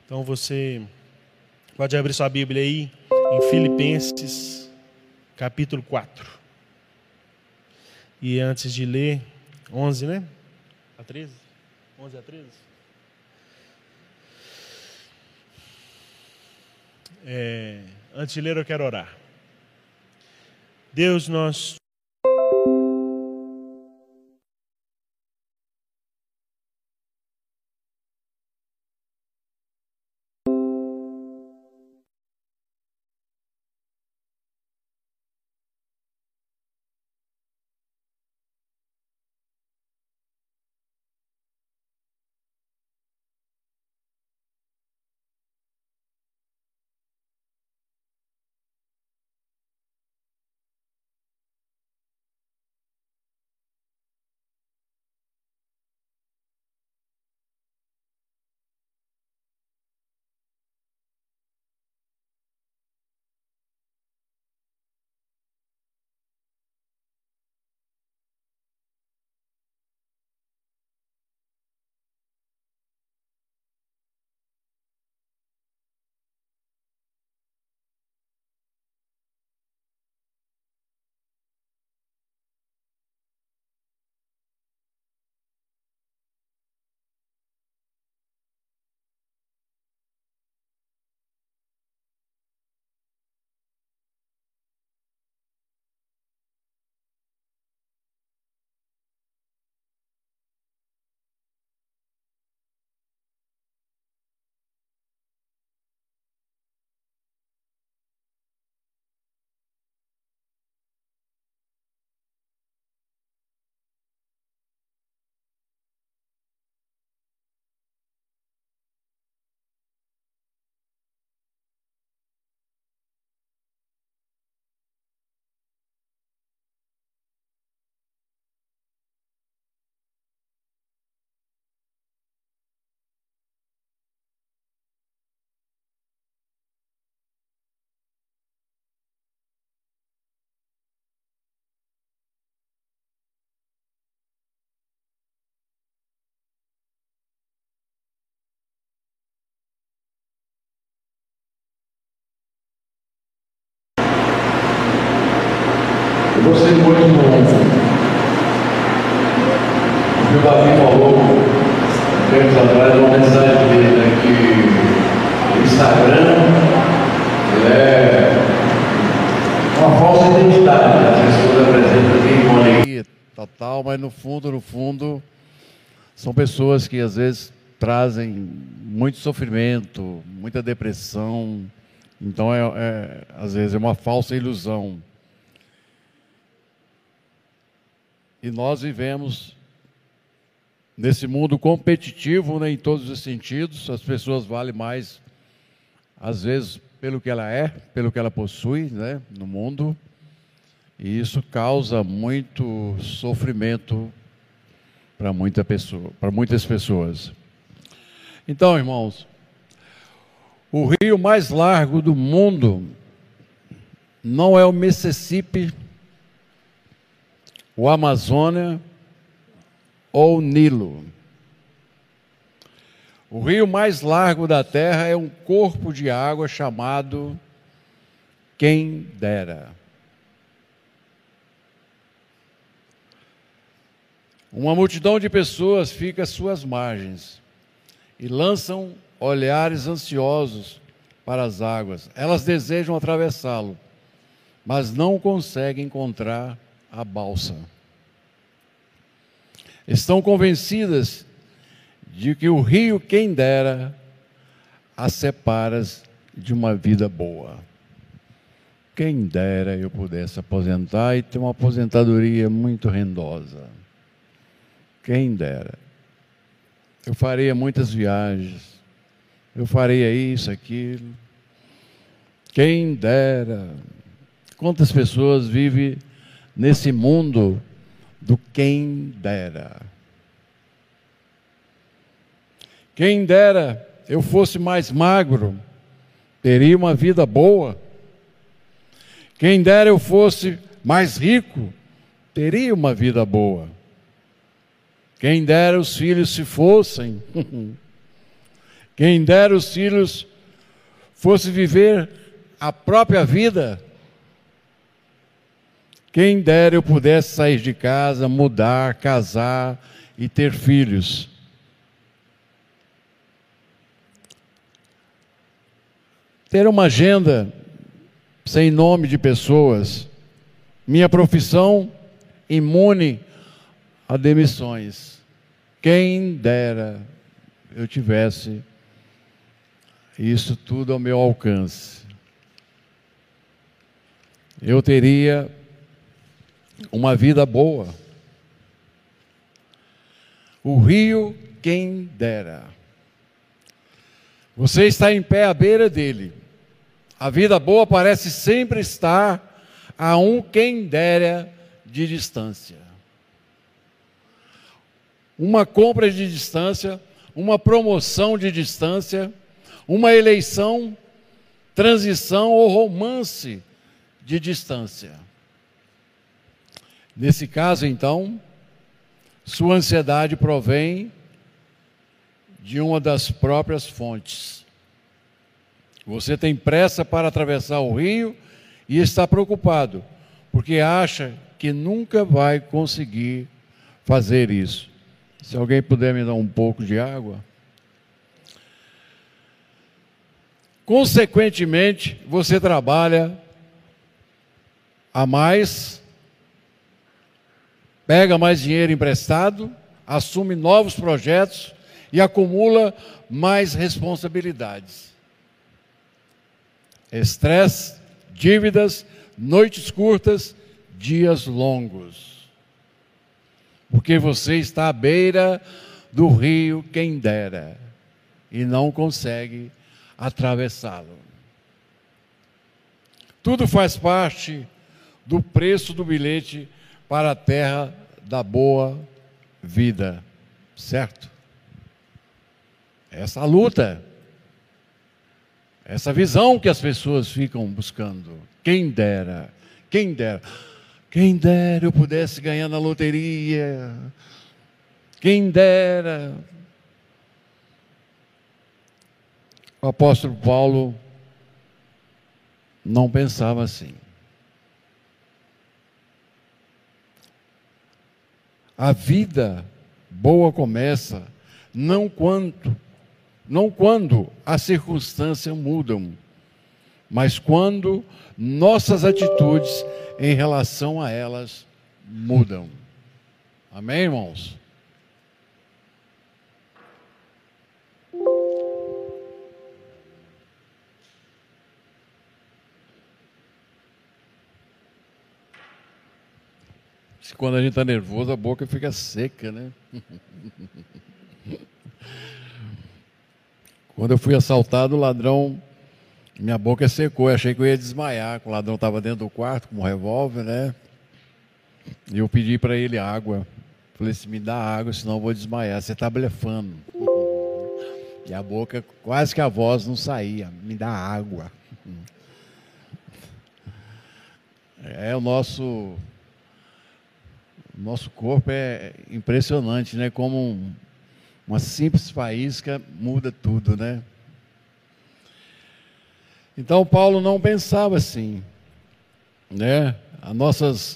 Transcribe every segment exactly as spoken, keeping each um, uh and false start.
Então você pode abrir sua Bíblia aí em Filipenses, capítulo quatro. E antes de ler, onze, né? A treze? onze a treze? É, antes de ler, eu quero orar. Deus, nós Eu gostei muito do que o Davi falou tempos atrás, uma mensagem dele, né, que o Instagram é uma falsa identidade, né? As pessoas apresentam quem uma alegria total, mas no fundo, no fundo, são pessoas que às vezes trazem muito sofrimento, muita depressão. Então, é, é, às vezes, é uma falsa ilusão. E nós vivemos nesse mundo competitivo, né, em todos os sentidos. As pessoas valem mais, às vezes, pelo que ela é, pelo que ela possui, né, no mundo. E isso causa muito sofrimento para muita pessoa, para muitas pessoas. Então, irmãos, o rio mais largo do mundo não é o Mississippi, o Amazônia ou o Nilo. O rio mais largo da Terra é um corpo de água chamado Quem Dera. Uma multidão de pessoas fica às suas margens e lançam olhares ansiosos para as águas. Elas desejam atravessá-lo, mas não conseguem encontrar a balsa. Estão convencidas de que o rio Quem Dera as separa de uma vida boa. Quem dera eu pudesse aposentar e ter uma aposentadoria muito rendosa. Quem dera. Eu faria muitas viagens, eu faria isso, aquilo. Quem dera. Quantas pessoas vivem nesse mundo do quem dera? Quem dera eu fosse mais magro, teria uma vida boa. Quem dera eu fosse mais rico, teria uma vida boa. Quem dera os filhos se fossem Quem dera os filhos fosse viver a própria vida. Quem dera eu pudesse sair de casa, mudar, casar e ter filhos. Ter uma agenda sem nome de pessoas. Minha profissão imune a demissões. Quem dera eu tivesse isso tudo ao meu alcance. Eu teria uma vida boa. O rio, quem dera. Você está em pé à beira dele. A vida boa parece sempre estar a um quem dera de distância. Uma compra de distância, uma promoção de distância, uma eleição, transição ou romance de distância. Nesse caso, então, sua ansiedade provém de uma das próprias fontes. Você tem pressa para atravessar o rio e está preocupado, porque acha que nunca vai conseguir fazer isso. Se alguém puder me dar um pouco de água. Consequentemente, você trabalha a mais, pega mais dinheiro emprestado, assume novos projetos e acumula mais responsabilidades. Estresse, dívidas, noites curtas, dias longos. Porque você está à beira do rio, quem dera, e não consegue atravessá-lo. Tudo faz parte do preço do bilhete para a terra da boa vida, certo? Essa luta, essa visão que as pessoas ficam buscando. Quem dera, quem dera, quem dera eu pudesse ganhar na loteria, quem dera. O apóstolo Paulo não pensava assim. A vida boa começa não quando, não quando as circunstâncias mudam, mas quando nossas atitudes em relação a elas mudam. Amém, irmãos? Quando a gente está nervoso, a boca fica seca, né? Quando eu fui assaltado, o ladrão, minha boca secou. Eu achei que eu ia desmaiar. O ladrão estava dentro do quarto com um revólver, né? E eu pedi para ele água. Falei assim, me dá água, senão eu vou desmaiar. Você está blefando. E a boca, quase que a voz não saía. Me dá água. É o nosso... Nosso corpo é impressionante, né? Como um, uma simples faísca muda tudo, né? Então, Paulo não pensava assim, né? A nossas,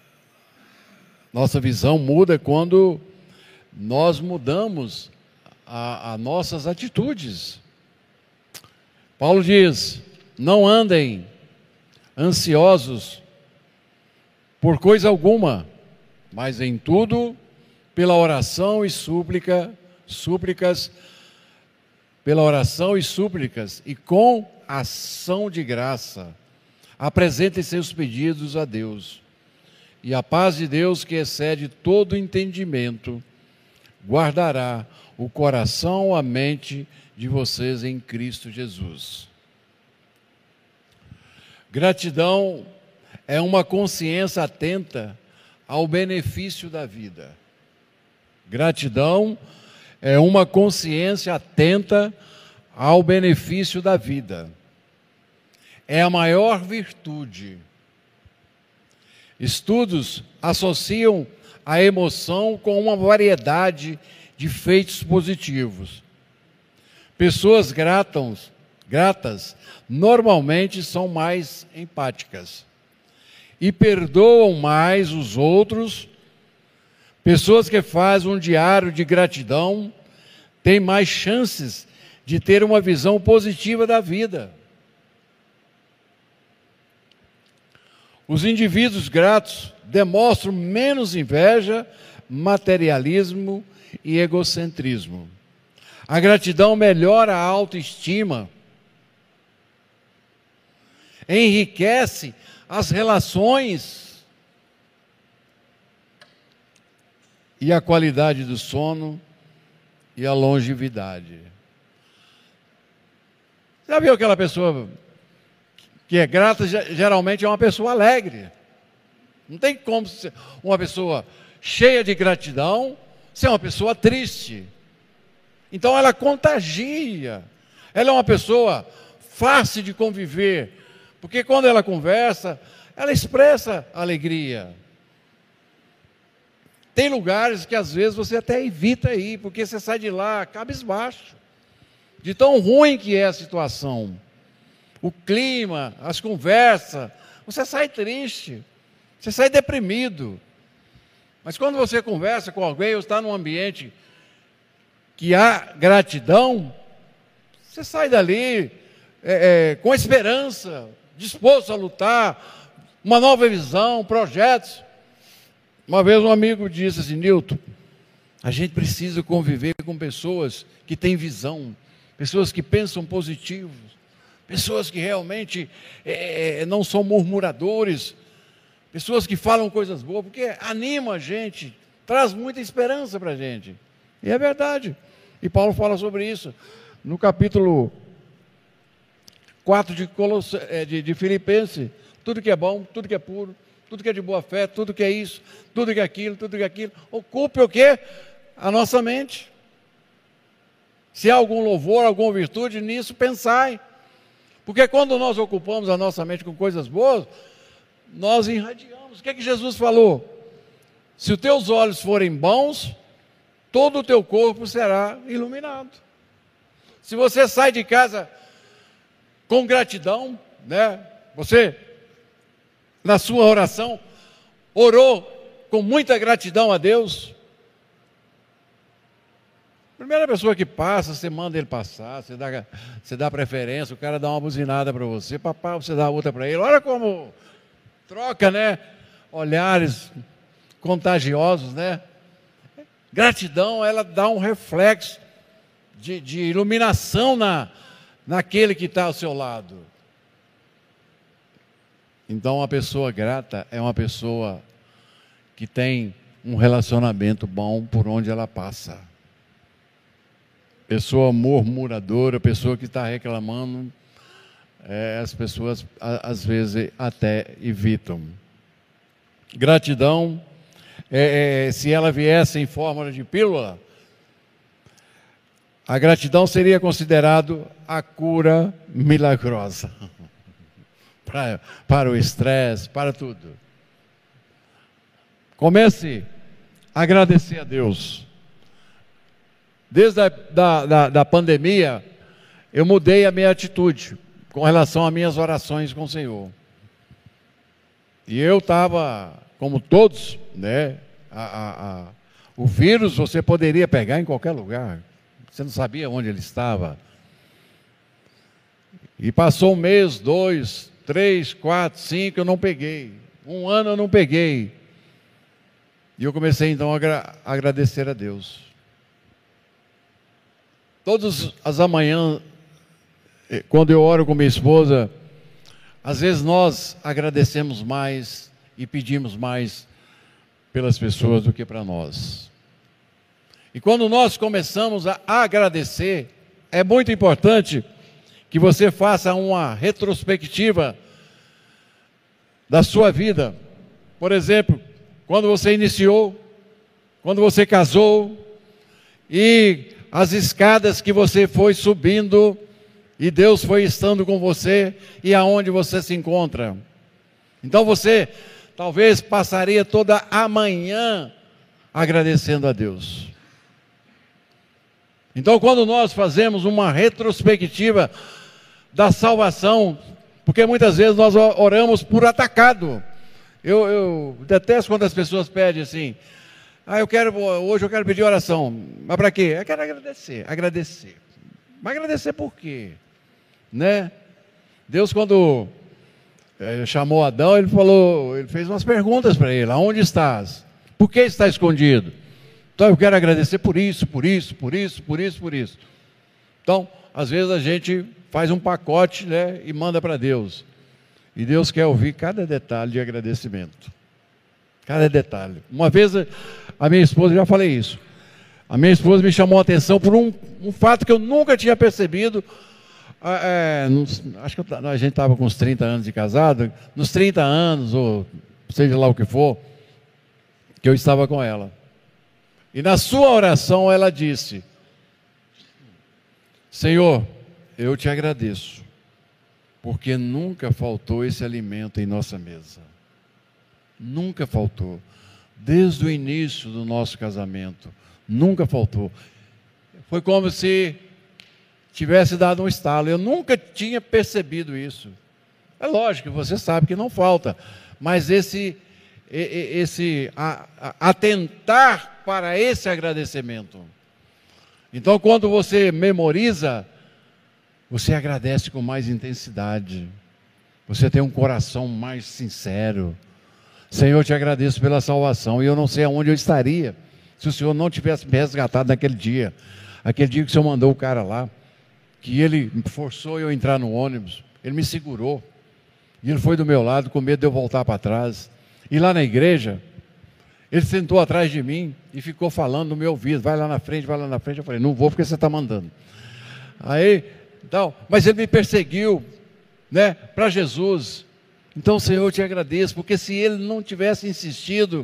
nossa visão muda quando nós mudamos as nossas atitudes. Paulo diz, não andem ansiosos por coisa alguma, mas em tudo, pela oração e súplica, súplicas, pela oração e súplicas, e com ação de graça, apresentem seus pedidos a Deus. E a paz de Deus, que excede todo entendimento, guardará o coração, a mente de vocês em Cristo Jesus. Gratidão é uma consciência atenta ao benefício da vida. Gratidão é uma consciência atenta ao benefício da vida. É a maior virtude. Estudos associam a emoção com uma variedade de feitos positivos. Pessoas gratas, gratas normalmente são mais empáticas e perdoam mais os outros. Pessoas que fazem um diário de gratidão têm mais chances de ter uma visão positiva da vida. Os indivíduos gratos demonstram menos inveja, materialismo e egocentrismo. A gratidão melhora a autoestima, enriquece as relações e a qualidade do sono e a longevidade. Já viu aquela pessoa que é grata? Geralmente é uma pessoa alegre. Não tem como ser uma pessoa cheia de gratidão ser uma pessoa triste. Então ela contagia. Ela é uma pessoa fácil de conviver, porque quando ela conversa, ela expressa alegria. Tem lugares que às vezes você até evita ir, porque você sai de lá cabisbaixo, de tão ruim que é a situação. O clima, as conversas, você sai triste, você sai deprimido. Mas quando você conversa com alguém ou está num ambiente que há gratidão, você sai dali é, é, com esperança, disposto a lutar, uma nova visão, projetos. Uma vez um amigo disse assim: Nilton, a gente precisa conviver com pessoas que têm visão, pessoas que pensam positivo, pessoas que realmente é, não são murmuradores, pessoas que falam coisas boas, porque anima a gente, traz muita esperança para a gente. E é verdade. E Paulo fala sobre isso no capítulo quatro de, Coloss... de, de Filipenses. Tudo que é bom, tudo que é puro, tudo que é de boa fé, tudo que é isso, tudo que é aquilo, tudo que é aquilo. Ocupe o quê? A nossa mente. Se há algum louvor, alguma virtude, nisso pensai. Porque quando nós ocupamos a nossa mente com coisas boas, nós irradiamos. O que é que Jesus falou? Se os teus olhos forem bons, todo o teu corpo será iluminado. Se você sai de casa com gratidão, né? Você, na sua oração, orou com muita gratidão a Deus. Primeira pessoa que passa, você manda ele passar, você dá, você dá preferência, o cara dá uma buzinada para você, papá, você dá outra para ele. Olha como troca, né? Olhares contagiosos, né? Gratidão, ela dá um reflexo de, de iluminação na, naquele que está ao seu lado. Então, uma pessoa grata é uma pessoa que tem um relacionamento bom por onde ela passa. Pessoa murmuradora, pessoa que está reclamando, é, as pessoas a, às vezes até evitam. Gratidão, é, é, se ela viesse em forma de pílula, a gratidão seria considerado a cura milagrosa para, para o estresse, para tudo. Comece a agradecer a Deus. Desde a da, da, da pandemia, eu mudei a minha atitude com relação às minhas orações com o Senhor. E eu estava, como todos, né? A, a, a, o vírus você poderia pegar em qualquer lugar. Você não sabia onde ele estava. E passou um mês, dois, três, quatro, cinco, eu não peguei. Um ano eu não peguei. E eu comecei então a agra- agradecer a Deus. Todas as amanhãs, quando eu oro com minha esposa, às vezes nós agradecemos mais e pedimos mais pelas pessoas do que para nós. E quando nós começamos a agradecer, é muito importante que você faça uma retrospectiva da sua vida. Por exemplo, quando você iniciou, quando você casou, e as escadas que você foi subindo, e Deus foi estando com você, e aonde você se encontra. Então você talvez passaria toda a manhã agradecendo a Deus. Então, quando nós fazemos uma retrospectiva da salvação, porque muitas vezes nós oramos por atacado. Eu, eu detesto quando as pessoas pedem assim, ah, eu quero, hoje eu quero pedir oração, mas para quê? Eu quero agradecer, agradecer. Mas agradecer por quê? Né? Deus, quando é, chamou Adão, ele falou, ele fez umas perguntas para ele, aonde estás? Por que está escondido? Então eu quero agradecer por isso, por isso, por isso, por isso, por isso. Então, às vezes a gente faz um pacote, né, e manda para Deus. E Deus quer ouvir cada detalhe de agradecimento. Cada detalhe. Uma vez, a minha esposa, já falei isso, a minha esposa me chamou a atenção por um, um fato que eu nunca tinha percebido. É, nos, acho que a gente estava com uns trinta anos de casado, nos trinta anos, ou seja lá o que for, que eu estava com ela. E na sua oração ela disse, Senhor, eu te agradeço, porque nunca faltou esse alimento em nossa mesa. Nunca faltou. Desde o início do nosso casamento, nunca faltou. Foi como se tivesse dado um estalo. Eu nunca tinha percebido isso. É lógico que você sabe que não falta, mas esse, esse a, a, atentar para esse agradecimento. Então, quando você memoriza, você agradece com mais intensidade. Você tem um coração mais sincero. Senhor, eu te agradeço pela salvação. E eu não sei aonde eu estaria se o Senhor não tivesse me resgatado naquele dia. Aquele dia que o Senhor mandou o cara lá, que ele forçou eu a entrar no ônibus. Ele me segurou. E ele foi do meu lado com medo de eu voltar para trás. E lá na igreja, ele sentou atrás de mim e ficou falando no meu ouvido. Vai lá na frente, vai lá na frente. Eu falei, não vou porque você está mandando. Aí... Então, mas ele me perseguiu, né, para Jesus. Então, Senhor, eu te agradeço, porque se ele não tivesse insistido,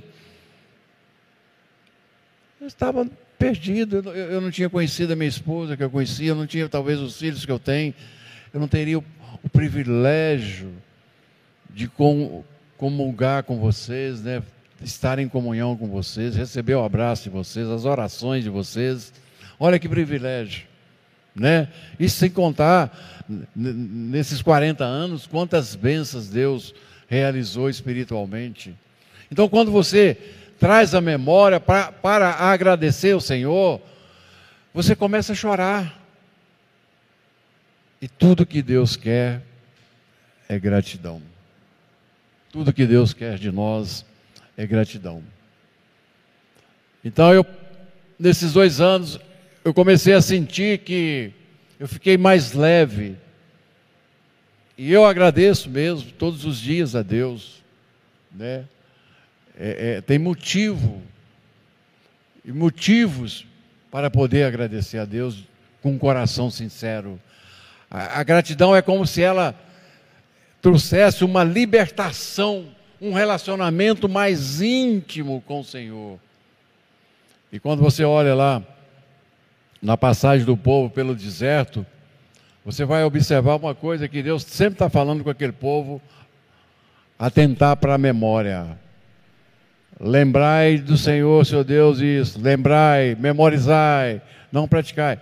eu estava perdido. Eu, eu não tinha conhecido a minha esposa que eu conhecia, eu não tinha talvez os filhos que eu tenho, eu não teria o, o privilégio de com, comungar com vocês, né, estar em comunhão com vocês, receber o abraço de vocês, as orações de vocês. Olha que privilégio. Né? Isso sem contar, nesses quarenta anos, quantas bênçãos Deus realizou espiritualmente. Então, quando você traz a memória pra, para agradecer ao Senhor, você começa a chorar. E tudo que Deus quer é gratidão. Tudo que Deus quer de nós é gratidão. Então, eu, nesses dois anos, eu comecei a sentir que eu fiquei mais leve. E eu agradeço mesmo, todos os dias a Deus. Né? É, é, tem motivo, e motivos para poder agradecer a Deus com um coração sincero. A, a gratidão é como se ela trouxesse uma libertação, um relacionamento mais íntimo com o Senhor. E quando você olha lá, na passagem do povo pelo deserto, você vai observar uma coisa que Deus sempre está falando com aquele povo, atentar para a memória. Lembrai do Senhor, seu Deus, isso. Lembrai, memorizai, não praticai.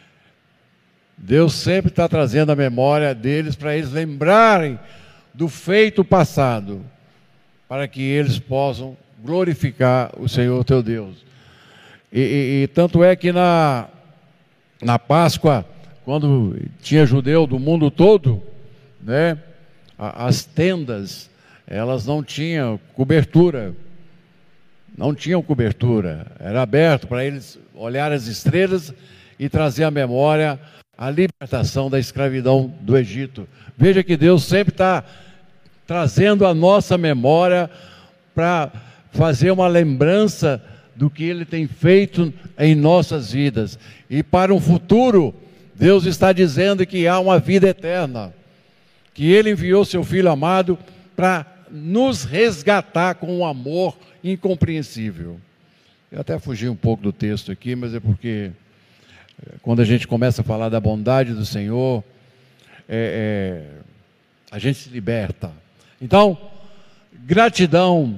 Deus sempre está trazendo a memória deles para eles lembrarem do feito passado, para que eles possam glorificar o Senhor teu Deus. E, e, e tanto é que na... Na Páscoa, quando tinha judeu do mundo todo, né, as tendas, elas não tinham cobertura, não tinham cobertura, era aberto para eles olhar as estrelas e trazer à memória a libertação da escravidão do Egito. Veja que Deus sempre está trazendo a nossa memória para fazer uma lembrança do que Ele tem feito em nossas vidas. E para um futuro, Deus está dizendo que há uma vida eterna, que Ele enviou Seu Filho amado para nos resgatar com um amor incompreensível. Eu até fugi um pouco do texto aqui, mas é porque quando a gente começa a falar da bondade do Senhor, é, é, a gente se liberta. Então, gratidão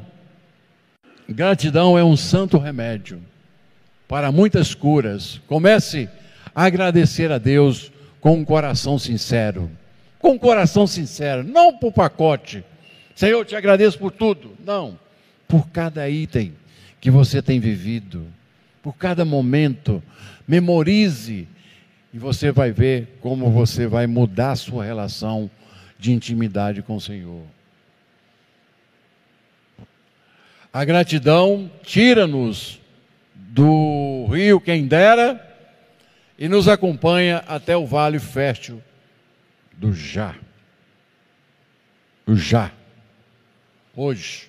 Gratidão é um santo remédio para muitas curas. Comece agradecer a Deus com um coração sincero. Com um coração sincero, não por pacote. Senhor, eu te agradeço por tudo. Não, por cada item que você tem vivido, por cada momento. Memorize e você vai ver como você vai mudar a sua relação de intimidade com o Senhor. A gratidão tira-nos do rio quem dera e nos acompanha até o vale fértil do já. O já. Hoje.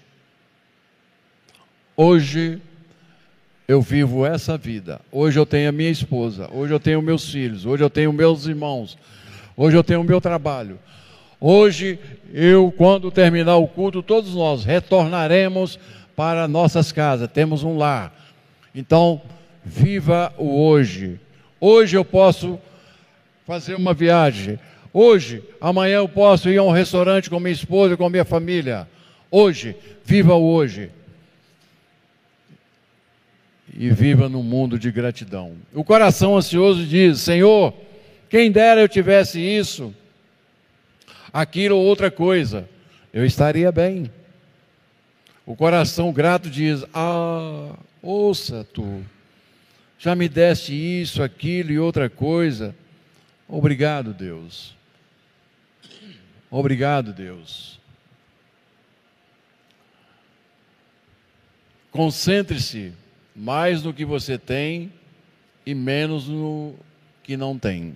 Hoje eu vivo essa vida. Hoje eu tenho a minha esposa. Hoje eu tenho meus filhos. Hoje eu tenho meus irmãos. Hoje eu tenho o meu trabalho. Hoje eu, quando terminar o culto, todos nós retornaremos para nossas casas. Temos um lar. Então, viva o hoje. Hoje eu posso fazer uma viagem. Hoje, amanhã eu posso ir a um restaurante com minha esposa e com minha família. Hoje, viva o hoje. E viva num mundo de gratidão. O coração ansioso diz: Senhor, quem dera eu tivesse isso, aquilo ou outra coisa, eu estaria bem. O coração grato diz: ah, ouça tu, já me deste isso, aquilo e outra coisa. Obrigado, Deus. Obrigado, Deus. Concentre-se mais no que você tem e menos no que não tem.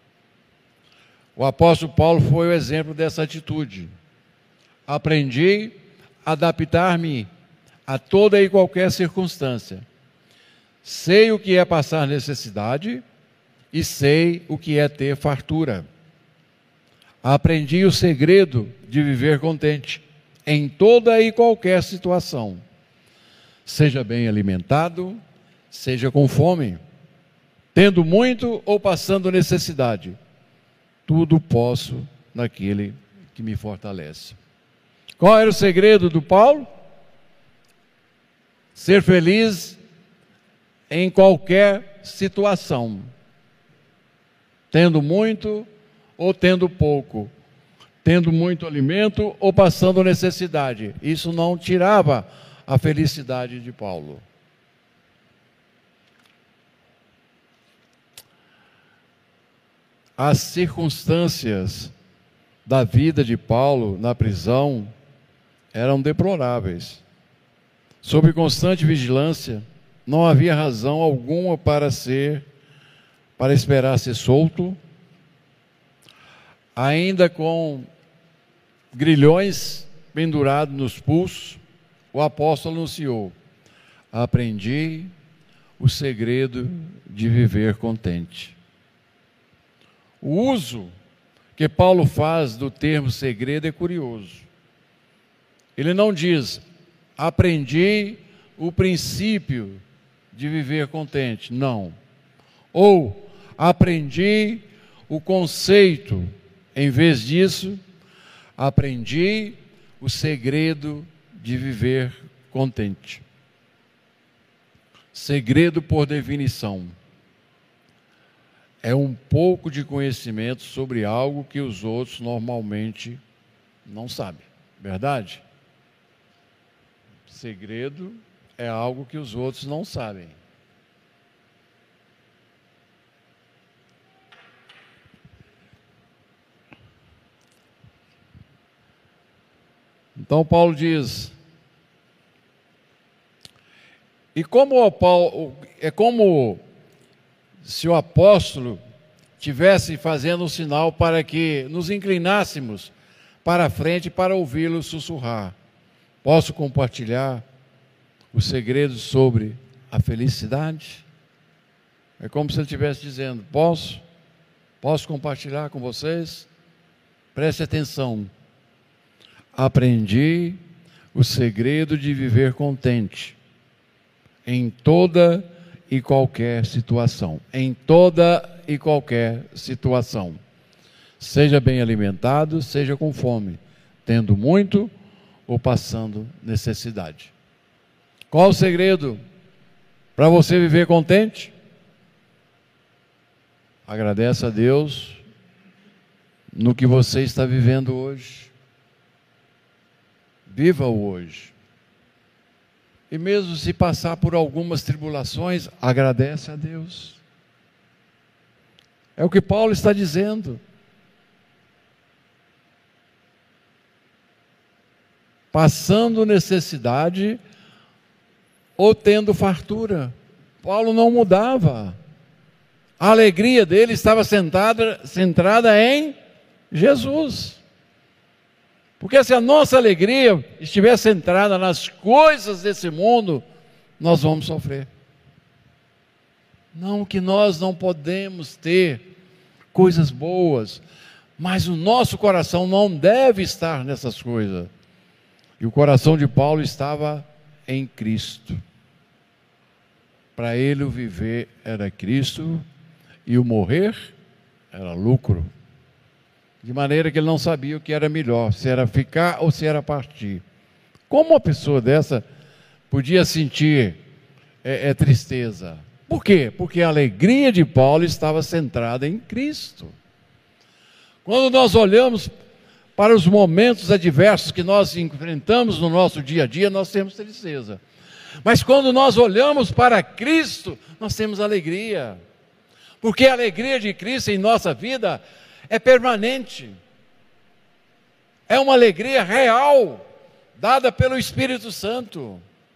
O apóstolo Paulo foi o exemplo dessa atitude. Aprendi a adaptar-me a toda e qualquer circunstância. Sei o que é passar necessidade e sei o que é ter fartura. Aprendi o segredo de viver contente em toda e qualquer situação. Seja bem alimentado, seja com fome, tendo muito ou passando necessidade. Tudo posso naquele que me fortalece. Qual era o segredo do Paulo? Ser feliz em qualquer situação. Tendo muito ou tendo pouco. Tendo muito alimento ou passando necessidade. Isso não tirava a felicidade de Paulo. As circunstâncias da vida de Paulo na prisão eram deploráveis. Sob constante vigilância, não havia razão alguma para ser, para esperar ser solto, ainda com grilhões pendurados nos pulsos. O apóstolo anunciou: aprendi o segredo de viver contente. O uso que Paulo faz do termo segredo é curioso. Ele não diz: aprendi o princípio de viver contente. Não. Ou aprendi o conceito. Em vez disso, aprendi o segredo de viver contente. Segredo, por definição, é um pouco de conhecimento sobre algo que os outros normalmente não sabem. Verdade? Segredo é algo que os outros não sabem. Então Paulo diz: e como o Paulo, é como se o apóstolo tivesse fazendo um sinal para que nos inclinássemos para a frente para ouvi-lo sussurrar. Posso compartilhar os segredos sobre a felicidade? É como se ele estivesse dizendo: posso? Posso compartilhar com vocês? Preste atenção. Aprendi o segredo de viver contente em toda e qualquer situação. Em toda e qualquer situação. Seja bem alimentado, seja com fome, tendo muito ou passando necessidade. Qual o segredo para você viver contente? Agradece a Deus no que você está vivendo hoje. Viva o hoje. E mesmo se passar por algumas tribulações, agradece a Deus. É o que Paulo está dizendo. Passando necessidade ou tendo fartura. Paulo não mudava. A alegria dele estava centrada, centrada em Jesus. Porque se a nossa alegria estiver centrada nas coisas desse mundo, nós vamos sofrer. Não que nós não podemos ter coisas boas, mas o nosso coração não deve estar nessas coisas. E o coração de Paulo estava em Cristo. Para ele o viver era Cristo e o morrer era lucro. De maneira que ele não sabia o que era melhor, se era ficar ou se era partir. Como uma pessoa dessa podia sentir é, é, tristeza? Por quê? Porque a alegria de Paulo estava centrada em Cristo. Quando nós olhamos para os momentos adversos que nós enfrentamos no nosso dia a dia, nós temos tristeza. Mas quando nós olhamos para Cristo, nós temos alegria. Porque a alegria de Cristo em nossa vida é permanente. É uma alegria real, dada pelo Espírito Santo.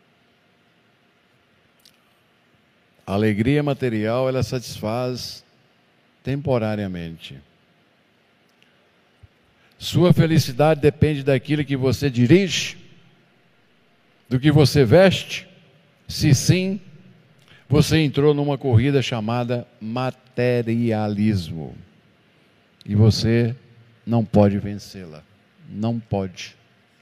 A alegria material, ela satisfaz temporariamente. Sua felicidade depende daquilo que você dirige, do que você veste. Se sim, você entrou numa corrida chamada materialismo. E você não pode vencê-la. Não pode.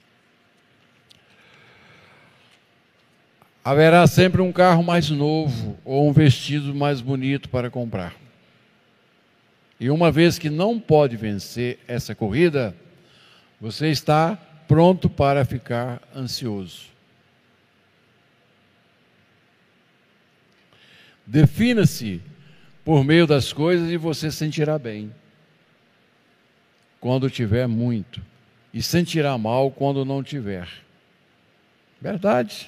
Haverá sempre um carro mais novo ou um vestido mais bonito para comprar. E uma vez que não pode vencer essa corrida, você está pronto para ficar ansioso. Defina-se por meio das coisas e você sentirá bem quando tiver muito, e sentirá mal quando não tiver. Verdade.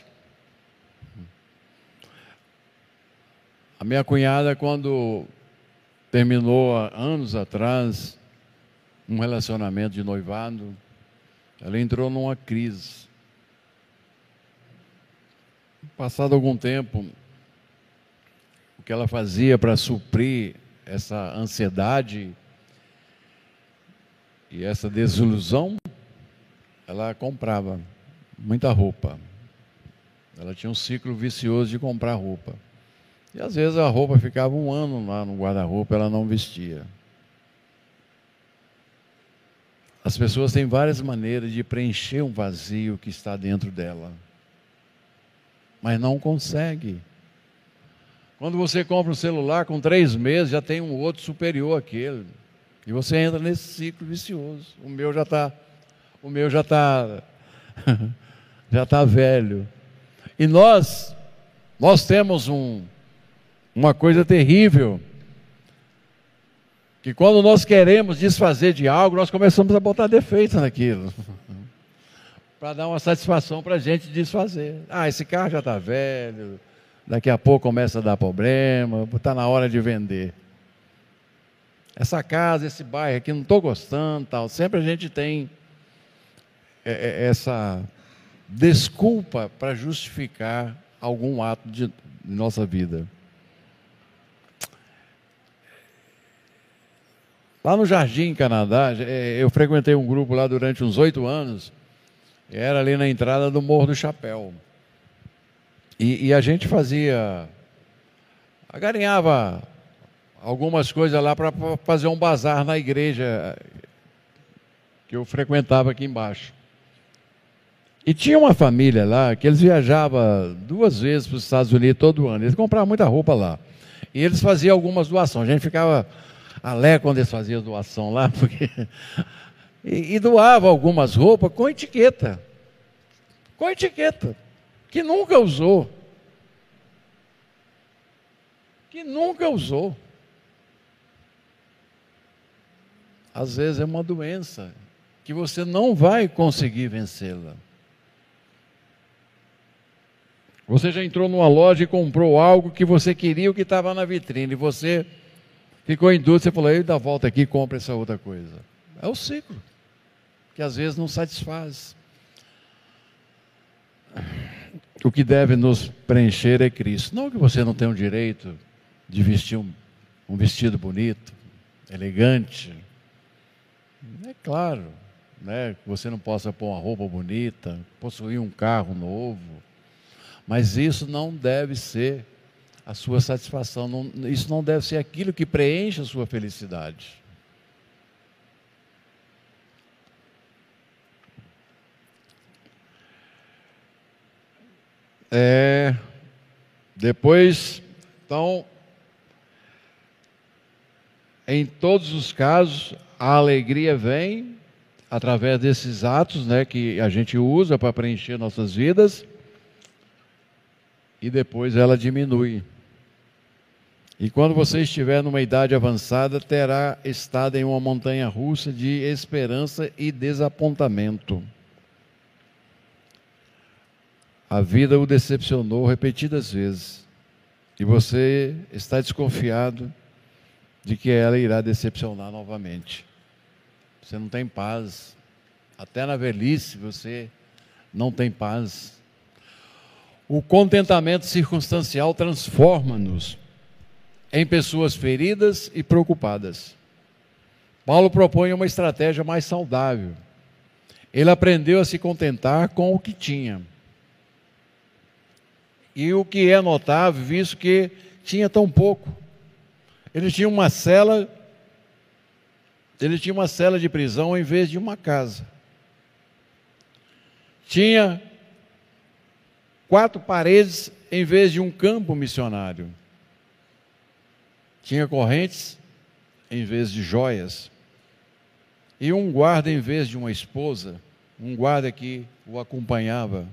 A minha cunhada, quando terminou há anos atrás um relacionamento de noivado, ela entrou numa crise. Passado algum tempo, o que ela fazia para suprir essa ansiedade e essa desilusão, ela comprava muita roupa. Ela tinha um ciclo vicioso de comprar roupa. E às vezes a roupa ficava um ano lá no guarda-roupa, ela não vestia. As pessoas têm várias maneiras de preencher um vazio que está dentro dela, mas não consegue. Quando você compra um celular, com três meses já tem um outro superior àquele. E você entra nesse ciclo vicioso. O meu já está, o meu já está, já está velho. E nós, nós temos um, uma coisa terrível, que quando nós queremos desfazer de algo, nós começamos a botar defeito naquilo, para dar uma satisfação para a gente desfazer. Ah, esse carro já está velho, daqui a pouco começa a dar problema, está na hora de vender. Essa casa, esse bairro aqui, não estou gostando, tal. Sempre a gente tem essa desculpa para justificar algum ato de nossa vida. Lá no Jardim Canadá, eu frequentei um grupo lá durante uns oito anos, era ali na entrada do Morro do Chapéu. E, e a gente fazia, agarinhava algumas coisas lá para fazer um bazar na igreja que eu frequentava aqui embaixo. E tinha uma família lá que eles viajavam duas vezes para os Estados Unidos todo ano. Eles compravam muita roupa lá. E eles faziam algumas doações. A gente ficava alegre quando eles faziam doação lá, porque... e, e doava algumas roupas com etiqueta. Com etiqueta. Que nunca usou. Que nunca usou. às vezes é uma doença que você não vai conseguir vencê-la. Você já entrou numa loja e comprou algo que você queria, o que estava na vitrine, e você ficou em dúvida, você falou, eu dá a volta aqui e compra essa outra coisa. É o ciclo, que às vezes não satisfaz. O que deve nos preencher é Cristo. Não que você não tenha o direito de vestir um, um vestido bonito, elegante. É claro, né, que você não possa pôr uma roupa bonita, possuir um carro novo. Mas isso não deve ser a sua satisfação, não, isso não deve ser aquilo que preenche a sua felicidade. É, depois, então, em todos os casos, a alegria vem através desses atos, né, que a gente usa para preencher nossas vidas, e depois ela diminui. E quando você estiver numa idade avançada, terá estado em uma montanha russa de esperança e desapontamento. A vida o decepcionou repetidas vezes, e você está desconfiado de que ela irá decepcionar novamente. Você não tem paz. Até na velhice você não tem paz. O contentamento circunstancial transforma-nos em pessoas feridas e preocupadas. Paulo propõe uma estratégia mais saudável. Ele aprendeu a se contentar com o que tinha. E o que é notável, visto que tinha tão pouco. Ele tinha uma cela, ele tinha uma cela de prisão em vez de uma casa. Tinha quatro paredes em vez de um campo missionário. Tinha correntes em vez de joias. E um guarda em vez de uma esposa, um guarda que o acompanhava.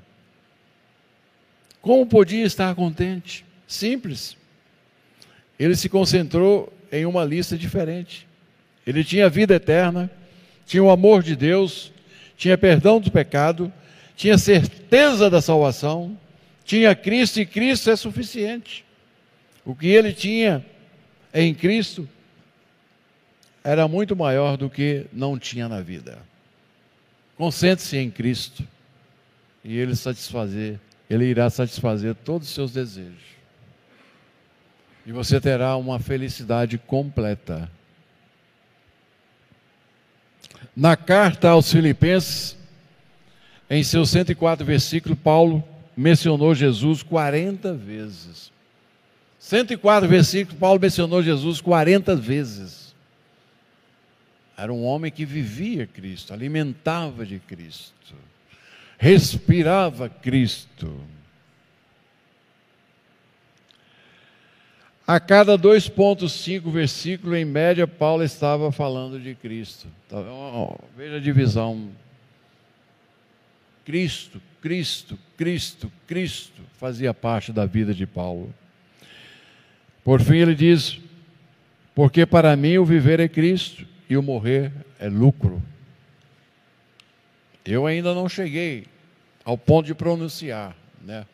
Como podia estar contente? Simples. Ele se concentrou em uma lista diferente. Ele tinha vida eterna, tinha o amor de Deus, tinha perdão do pecado, tinha certeza da salvação, tinha Cristo e Cristo é suficiente. O que ele tinha em Cristo era muito maior do que não tinha na vida. Concentre-se em Cristo e ele satisfazer, ele irá satisfazer todos os seus desejos. E você terá uma felicidade completa. Na carta aos Filipenses, em seus cento e quatro versículos, Paulo mencionou Jesus quarenta vezes. cento e quatro versículos, Paulo mencionou Jesus quarenta vezes. Era um homem que vivia Cristo, alimentava de Cristo, respirava Cristo. A cada dois vírgula cinco versículos, em média, Paulo estava falando de Cristo. Veja a divisão. Cristo, Cristo, Cristo, Cristo fazia parte da vida de Paulo. Por fim ele diz, porque para mim o viver é Cristo e o morrer é lucro. Eu ainda não cheguei ao ponto de pronunciar, né?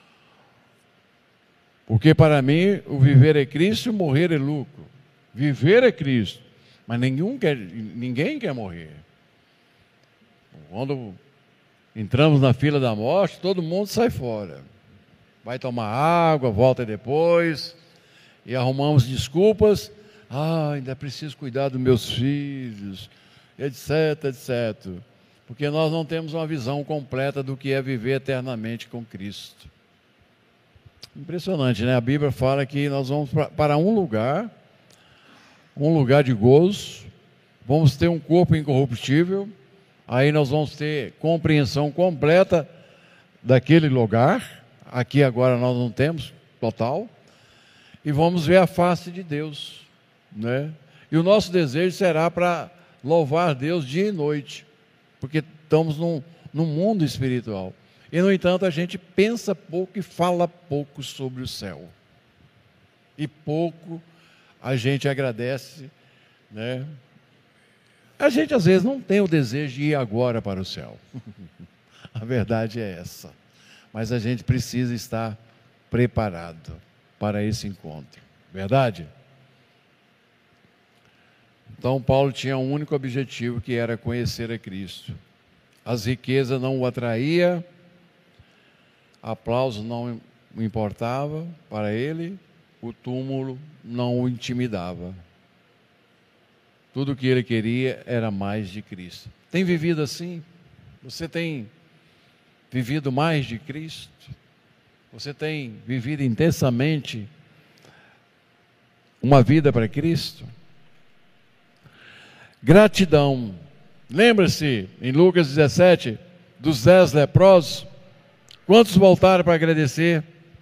Porque para mim o viver é Cristo e o morrer é lucro. Viver é Cristo, mas nenhum quer, ninguém quer morrer. Quando entramos na fila da morte, todo mundo sai fora. Vai tomar água, volta depois, e arrumamos desculpas. Ah, ainda preciso cuidar dos meus filhos, etc, etcétera. Porque nós não temos uma visão completa do que é viver eternamente com Cristo. Impressionante, né? A Bíblia fala que nós vamos para um lugar, um lugar de gozo, vamos ter um corpo incorruptível, aí nós vamos ter compreensão completa daquele lugar, aqui agora nós não temos, total, e vamos ver a face de Deus, né? E o nosso desejo será para louvar Deus dia e noite, porque estamos num, num mundo espiritual. E, no entanto, a gente pensa pouco e fala pouco sobre o céu. E pouco a gente agradece, né, A gente às vezes não tem o desejo de ir agora para o céu. A verdade é essa. Mas a gente precisa estar preparado para esse encontro. Verdade? Então Paulo tinha um único objetivo, que era conhecer a Cristo. As riquezas não o atraía, aplauso não importava para ele, o túmulo não o intimidava. Tudo o que ele queria era mais de Cristo. Tem vivido assim? Você tem vivido mais de Cristo? Você tem vivido intensamente uma vida para Cristo? Gratidão. Lembra-se, em Lucas dezessete, dos dez leprosos? Quantos voltaram para agradecer?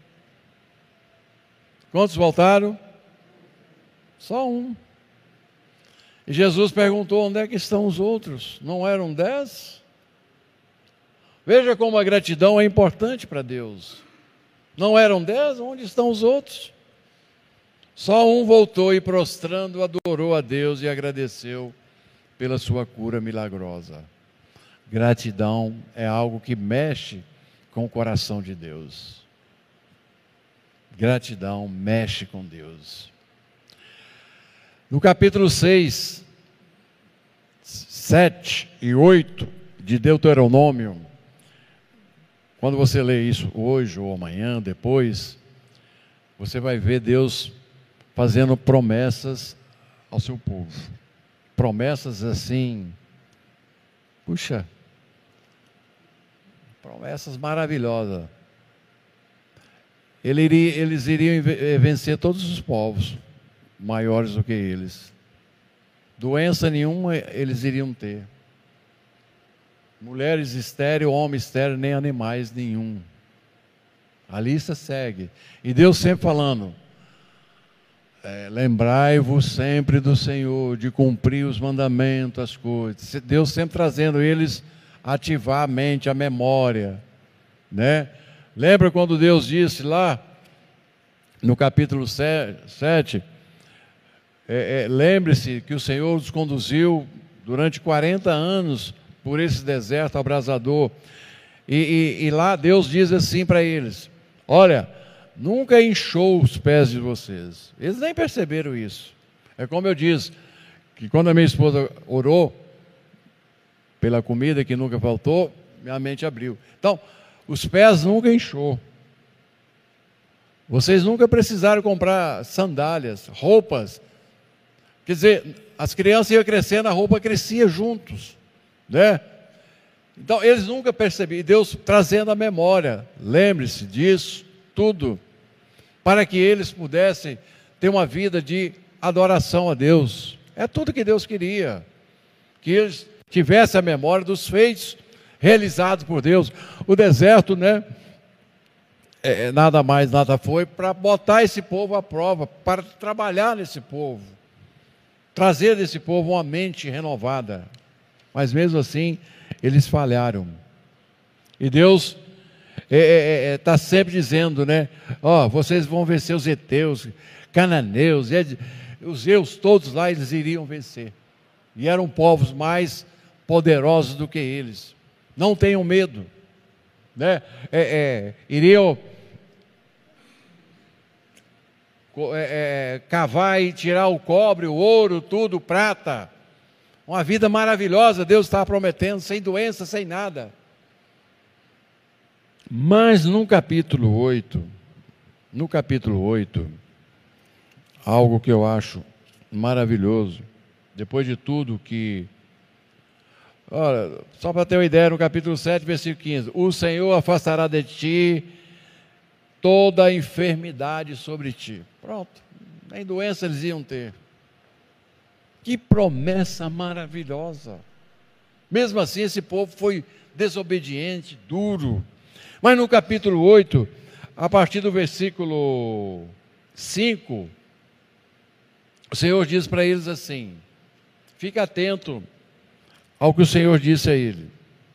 Quantos voltaram? Só um. E Jesus perguntou: onde é que estão os outros? Não eram dez? Veja como a gratidão é importante para Deus. Não eram dez? Onde estão os outros? Só um voltou e, prostrando, adorou a Deus e agradeceu pela sua cura milagrosa. Gratidão é algo que mexe com o coração de Deus. Gratidão mexe com Deus. No capítulo seis, sete e oito de Deuteronômio, quando você lê isso hoje ou amanhã, depois, você vai ver Deus fazendo promessas ao seu povo. Promessas assim, puxa, promessas maravilhosas. Ele iria, eles iriam vencer todos os povos maiores do que eles. Doença nenhuma eles iriam ter. Mulheres estéreis, homem estéril, nem animais nenhum. A lista segue. E Deus sempre falando: é, lembrai-vos sempre do Senhor, de cumprir os mandamentos, as coisas. Deus sempre trazendo eles a ativar a mente, a memória, né? Lembra quando Deus disse lá no capítulo sete, é, é, lembre-se que o Senhor os conduziu durante quarenta anos por esse deserto abrasador, e, e, e lá Deus diz assim para eles: olha, nunca inchou os pés de vocês. Eles nem perceberam isso. É como eu disse, que quando a minha esposa orou pela comida que nunca faltou, minha mente abriu. Então, os pés nunca inchou. Vocês nunca precisaram comprar sandálias, roupas. Quer dizer, as crianças iam crescendo, a roupa crescia juntos, né? Então, eles nunca perceberam. E Deus trazendo a memória, lembre-se disso, tudo, para que eles pudessem ter uma vida de adoração a Deus. É tudo que Deus queria, que eles tivessem a memória dos feitos realizados por Deus. O deserto, né, é, nada mais, nada foi, para botar esse povo à prova, para trabalhar nesse povo, trazer desse povo uma mente renovada. Mas mesmo assim, eles falharam. E Deus está é, é, é, sempre dizendo, né? Ó, oh, vocês vão vencer os heteus, cananeus, os eus todos lá, eles iriam vencer. E eram povos mais poderosos do que eles. Não tenham medo, né? É, é, iriam é, é, cavar e tirar o cobre, o ouro, tudo, prata. Uma vida maravilhosa Deus estava prometendo, sem doença, sem nada. Mas no capítulo oito, no capítulo oito, algo que eu acho maravilhoso, depois de tudo que... Olha, só para ter uma ideia, no capítulo sete, versículo quinze, o Senhor afastará de ti toda a enfermidade sobre ti. Pronto, nem doença eles iam ter. Que promessa maravilhosa. Mesmo assim, esse povo foi desobediente, duro. Mas no capítulo oito, a partir do versículo cinco, o Senhor diz para eles assim: fica atento ao que o Senhor disse a ele.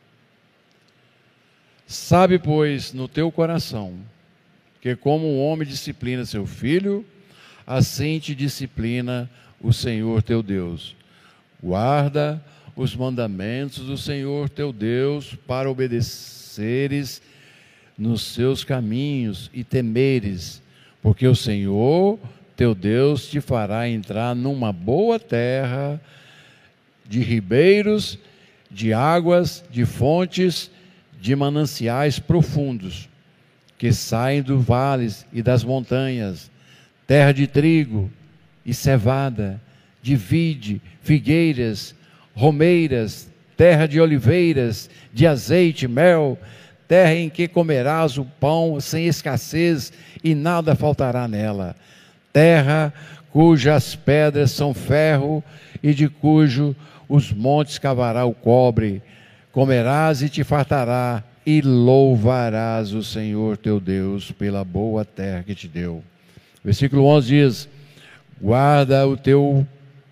Sabe, pois, no teu coração, que como um homem disciplina seu filho, assim te disciplina o Senhor teu Deus. Guarda os mandamentos do Senhor teu Deus para obedeceres nos seus caminhos e temeres, porque o Senhor teu Deus te fará entrar numa boa terra de ribeiros, de águas, de fontes, de mananciais profundos, que saem dos vales e das montanhas, terra de trigo e cevada, de vide, figueiras, romeiras, terra de oliveiras, de azeite, mel, terra em que comerás o pão sem escassez e nada faltará nela, terra cujas pedras são ferro e de cujo os montes cavará o cobre, comerás e te fartará e louvarás o Senhor teu Deus pela boa terra que te deu. Versículo onze diz: guarda o teu,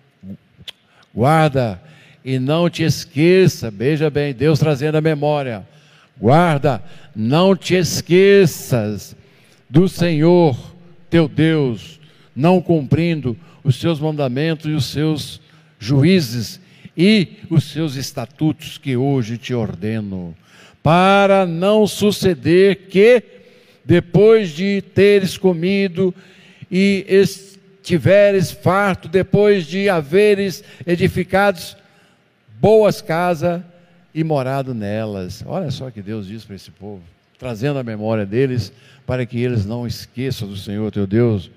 guarda e não te esqueça, veja bem, Deus trazendo a memória, guarda, não te esqueças do Senhor teu Deus, não cumprindo os seus mandamentos e os seus juízes e os seus estatutos que hoje te ordeno, para não suceder que, depois de teres comido e estiveres farto, depois de haveres edificados boas casas e morado nelas. Olha só o que Deus diz para esse povo, trazendo a memória deles, para que eles não esqueçam do Senhor teu Deus.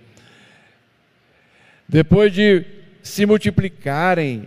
Depois de se multiplicarem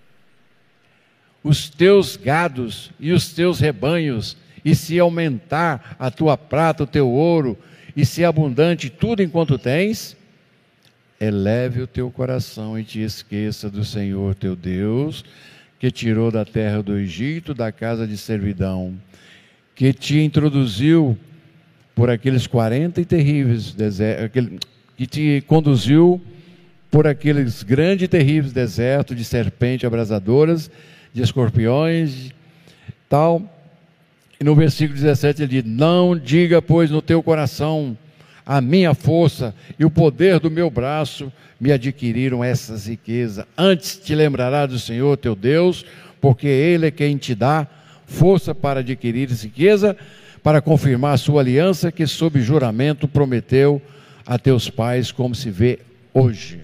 os teus gados e os teus rebanhos, e se aumentar a tua prata, o teu ouro, e se abundante tudo enquanto tens, eleve o teu coração e te esqueça do Senhor teu Deus, que tirou da terra do Egito, da casa de servidão, que te introduziu por aqueles quarenta e terríveis desertos, que te conduziu por aqueles grandes e terríveis desertos de serpentes abrasadoras, de escorpiões, tal. E no versículo dezessete ele diz: não diga, pois, no teu coração, a minha força e o poder do meu braço me adquiriram essas riquezas. Antes te lembrará do Senhor teu Deus, porque Ele é quem te dá força para adquirir riqueza, para confirmar a sua aliança que sob juramento prometeu a teus pais, como se vê hoje.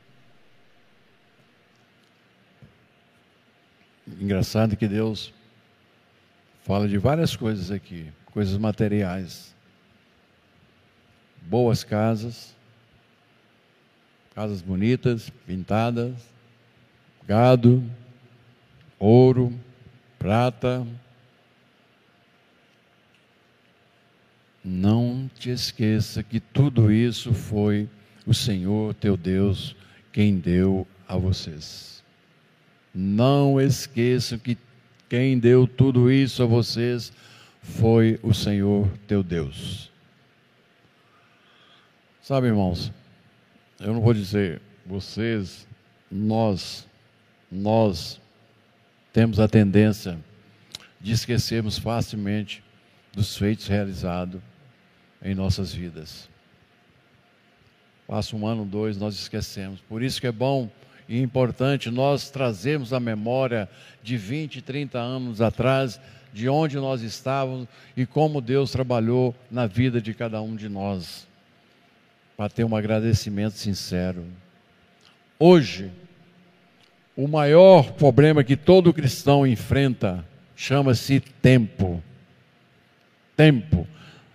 Engraçado que Deus fala de várias coisas aqui, coisas materiais, boas casas, casas bonitas, pintadas, gado, ouro, prata. Não te esqueça que tudo isso foi o Senhor teu Deus quem deu a vocês. Não esqueçam que quem deu tudo isso a vocês foi o Senhor teu Deus. Sabe, irmãos, eu não vou dizer vocês, nós, nós temos a tendência de esquecermos facilmente dos feitos realizados em nossas vidas. Passa um ano, dois, nós esquecemos. Por isso que é bom e importante nós trazermos a memória de vinte, trinta anos atrás, de onde nós estávamos e como Deus trabalhou na vida de cada um de nós, para ter um agradecimento sincero. Hoje, o maior problema que todo cristão enfrenta chama-se tempo. Tempo.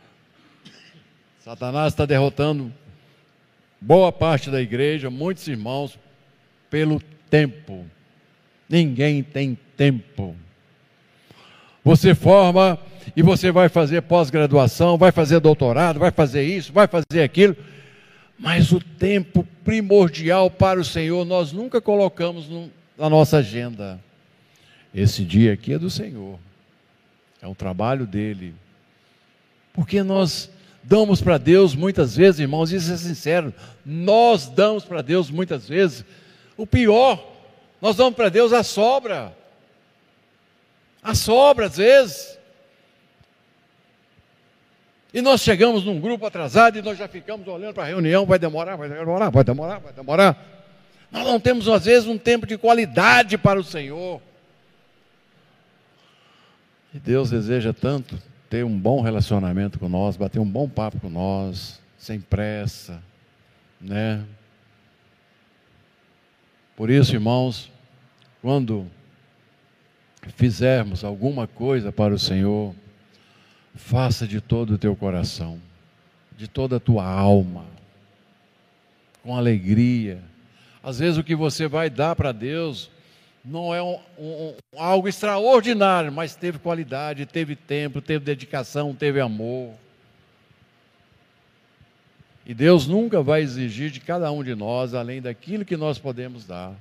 Satanás está derrotando boa parte da igreja, muitos irmãos, pelo tempo. Ninguém tem tempo. Você forma e você vai fazer pós-graduação, vai fazer doutorado, vai fazer isso, vai fazer aquilo, mas o tempo primordial para o Senhor nós nunca colocamos no, na nossa agenda. Esse dia aqui é do Senhor, é um trabalho dele, porque nós damos para Deus muitas vezes, irmãos, isso é sincero, nós damos para Deus muitas vezes o pior, nós damos para Deus a sobra, a sobra às vezes, e nós chegamos num grupo atrasado e nós já ficamos olhando para a reunião, vai demorar, vai demorar, vai demorar, vai demorar, Nós não temos, às vezes, um tempo de qualidade para o Senhor. E Deus deseja tanto ter um bom relacionamento com nós, bater um bom papo com nós, sem pressa, né? Por isso, irmãos, quando fizermos alguma coisa para o Senhor, faça de todo o teu coração, de toda a tua alma, com alegria. Às vezes o que você vai dar para Deus não é um, um, algo extraordinário, mas teve qualidade, teve tempo, teve dedicação, teve amor. E Deus nunca vai exigir de cada um de nós, além daquilo que nós podemos dar.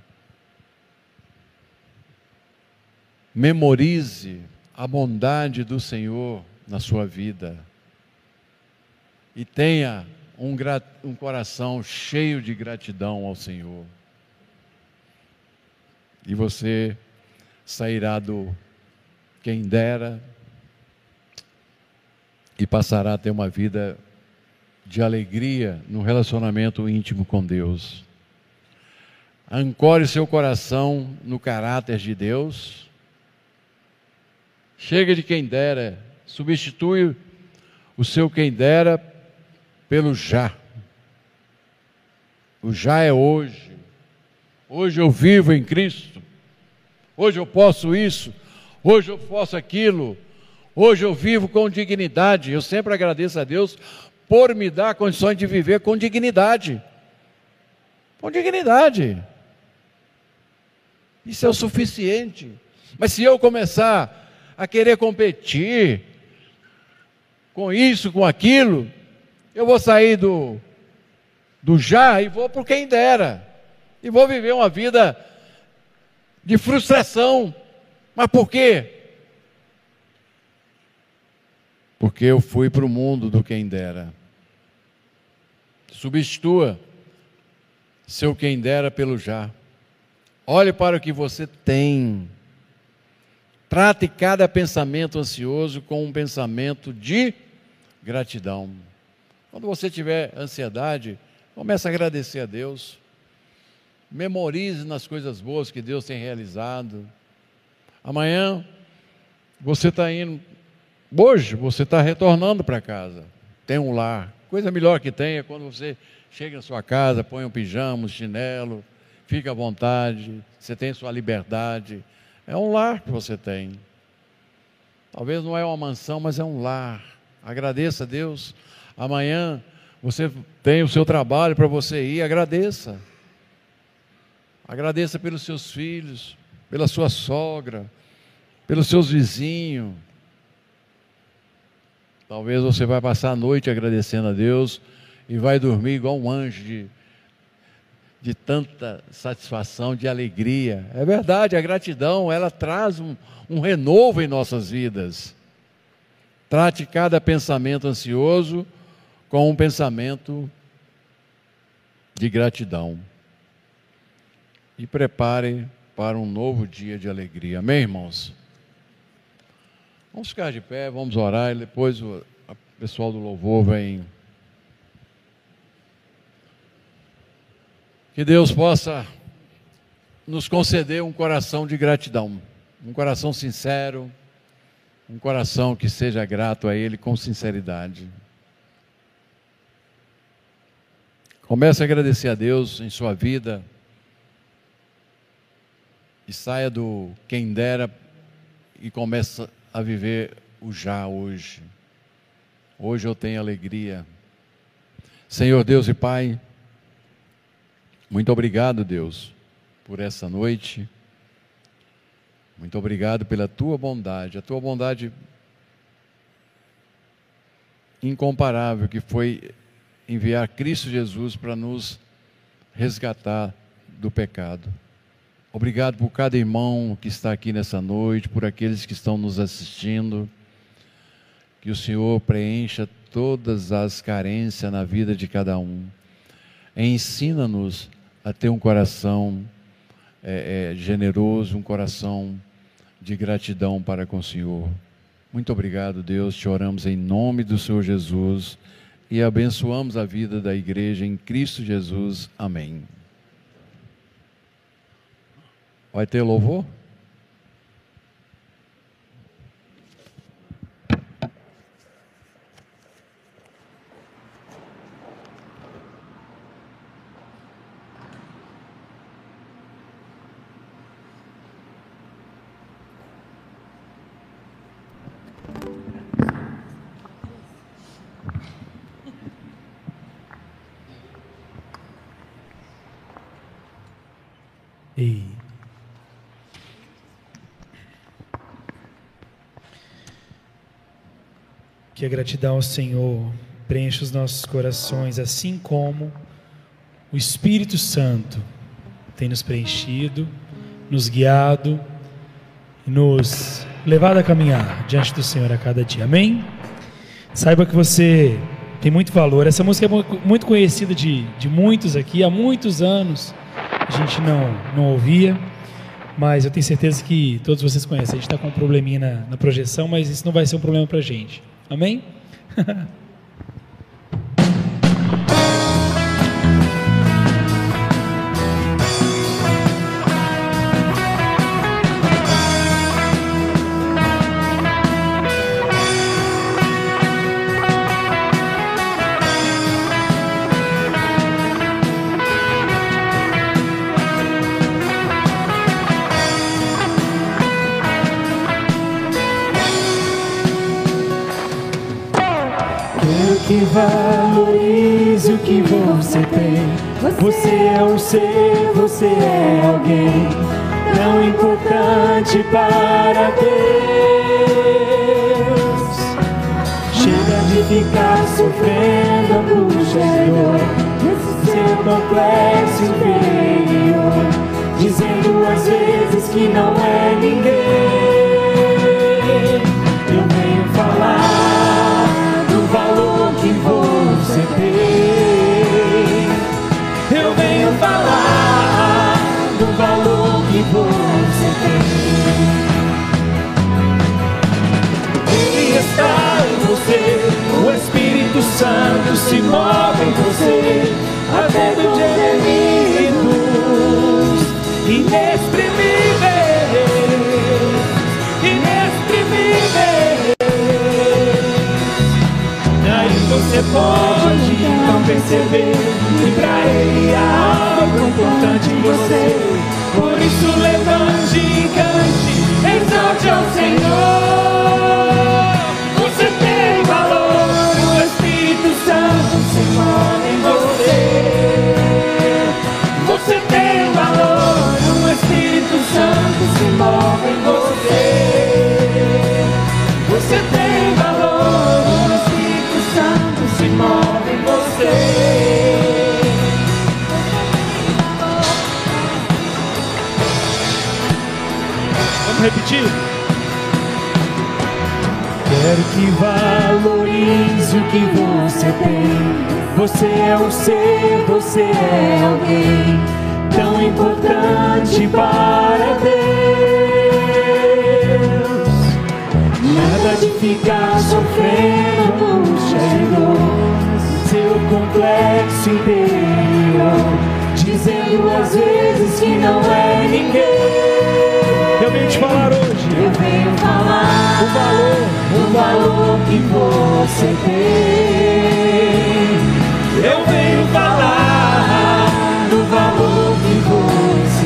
Memorize a bondade do Senhor na sua vida. E tenha um, um coração cheio de gratidão ao Senhor. E você sairá do quem dera e passará a ter uma vida de alegria no relacionamento íntimo com Deus. Ancore seu coração no caráter de Deus. Chega de quem dera, substitui o seu quem dera pelo já. O já é hoje. Hoje eu vivo em Cristo. Hoje eu posso isso. Hoje eu posso aquilo. Hoje eu vivo com dignidade. Eu sempre agradeço a Deus por me dar condições de viver com dignidade. Com dignidade. Isso é o suficiente. Mas se eu começar a querer competir com isso, com aquilo, eu vou sair do, do já e vou por quem dera. E vou viver uma vida de frustração. Mas por quê? Porque eu fui para o mundo do quem dera. Substitua seu quem dera pelo já. Olhe para o que você tem. Trate cada pensamento ansioso com um pensamento de gratidão. Quando você tiver ansiedade, comece a agradecer a Deus. Memorize nas coisas boas que Deus tem realizado. Amanhã você está indo, hoje você está retornando para casa. Tem um lar. Coisa melhor que tem é quando você chega na sua casa, põe um pijama, um chinelo, fica à vontade, você tem sua liberdade. É um lar que você tem. Talvez não é uma mansão, mas é um lar. Agradeça a Deus. Amanhã você tem o seu trabalho para você ir, agradeça. Agradeça pelos seus filhos, pela sua sogra, pelos seus vizinhos. Talvez você vai passar a noite agradecendo a Deus e vai dormir igual um anjo de, de tanta satisfação, de alegria. É verdade, a gratidão, ela traz um, um renovo em nossas vidas. Trate cada pensamento ansioso com um pensamento de gratidão. E prepare para um novo dia de alegria. Amém, irmãos? Vamos ficar de pé, vamos orar e depois o pessoal do louvor vem. Que Deus possa nos conceder um coração de gratidão, um coração sincero, um coração que seja grato a Ele com sinceridade. Comece a agradecer a Deus em sua vida e saia do quem dera e comece a viver o já hoje. Hoje eu tenho alegria. Senhor Deus e Pai, muito obrigado, Deus, por essa noite. Muito obrigado pela Tua bondade, a Tua bondade incomparável, que foi enviar Cristo Jesus para nos resgatar do pecado. Obrigado por cada irmão que está aqui nessa noite, por aqueles que estão nos assistindo. Que o Senhor preencha todas as carências na vida de cada um. Ensina-nos a ter um coração é, é, generoso, um coração de gratidão para com o Senhor. Muito obrigado, Deus. Te oramos em nome do Senhor Jesus e abençoamos a vida da igreja em Cristo Jesus. Amém. Vai ter louvor? E que a gratidão ao Senhor preencha os nossos corações, assim como o Espírito Santo tem nos preenchido, nos guiado, nos levado a caminhar diante do Senhor a cada dia. Amém? Saiba que você tem muito valor. Essa música é muito conhecida de, de muitos aqui, há muitos anos a gente não, não ouvia, mas eu tenho certeza que todos vocês conhecem. A gente está com um probleminha na, na projeção, mas isso não vai ser um problema para a gente. Amém? Que valorize o que você tem. Você é um ser, você é alguém tão importante para Deus. Chega de ficar sofrendo angústia e dor nesse seu complexo interior, dizendo às vezes que não é ninguém. Eu venho falar do valor que você tem. Eu venho falar do valor que você tem. Ele está em você, o Espírito Santo se move em você, até do gemidos inexprimíveis, inexprimíveis. Você pode não perceber que pra Ele há algo importante em você. Por isso levante e cante, exalte ao Senhor. Você tem valor, o Espírito Santo se move em você. Você tem valor, o Espírito Santo se move em você. Você tem valor, o Espírito Santo se move em você. Vamos repetir? Quero que valorize o que você tem. Você é um ser, você é alguém tão importante para Deus. Nada de ficar sofrendo angústia e dor, seu complexo interior, dizendo às vezes que não é ninguém. Eu venho te falar hoje. Eu venho falar o valor, o valor que você tem. Eu venho falar do valor que você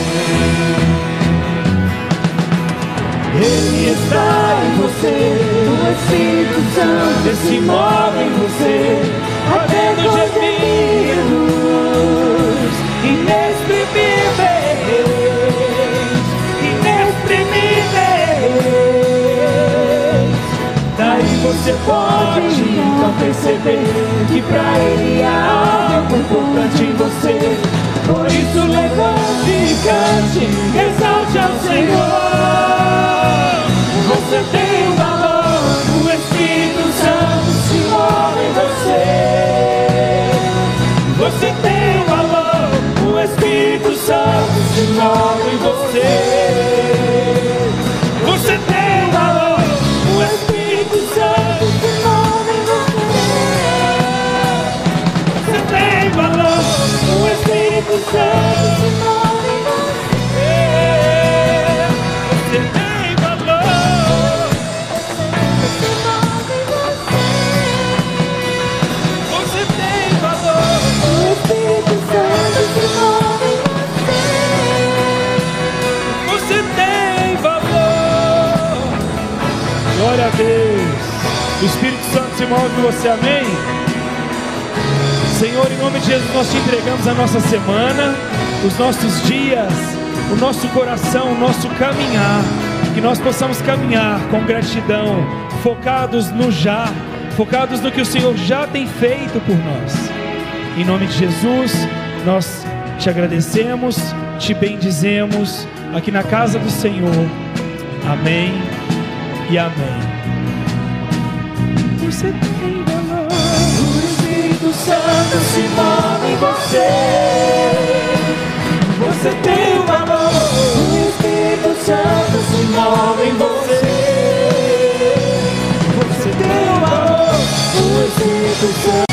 tem. Ele está em você, o Espírito Santo se move em você, até dos gemidos inexprimíveis, inexprimíveis. Daí você pode então perceber que pra Ele há algo importante em você. Por isso levante e cante, exalte ao Senhor. Você tem valor, o Espírito Santo se move em você. Você tem valor, o Espírito Santo se move em você. Você tem valor, o Espírito Santo se move em você. Você tem valor, o Espírito Santo se move em você. só ouvir você, amém? Senhor, em nome de Jesus, nós te entregamos a nossa semana, os nossos dias, o nosso coração, o nosso caminhar, que nós possamos caminhar com gratidão, focados no já, focados no que o Senhor já tem feito por nós. Em nome de Jesus, nós te agradecemos, te bendizemos aqui na casa do Senhor. Amém e amém. Você tem valor, O Espírito Santo se move em você. Você tem o valor. O Espírito Santo se move em você. Você tem o valor. O Espírito Santo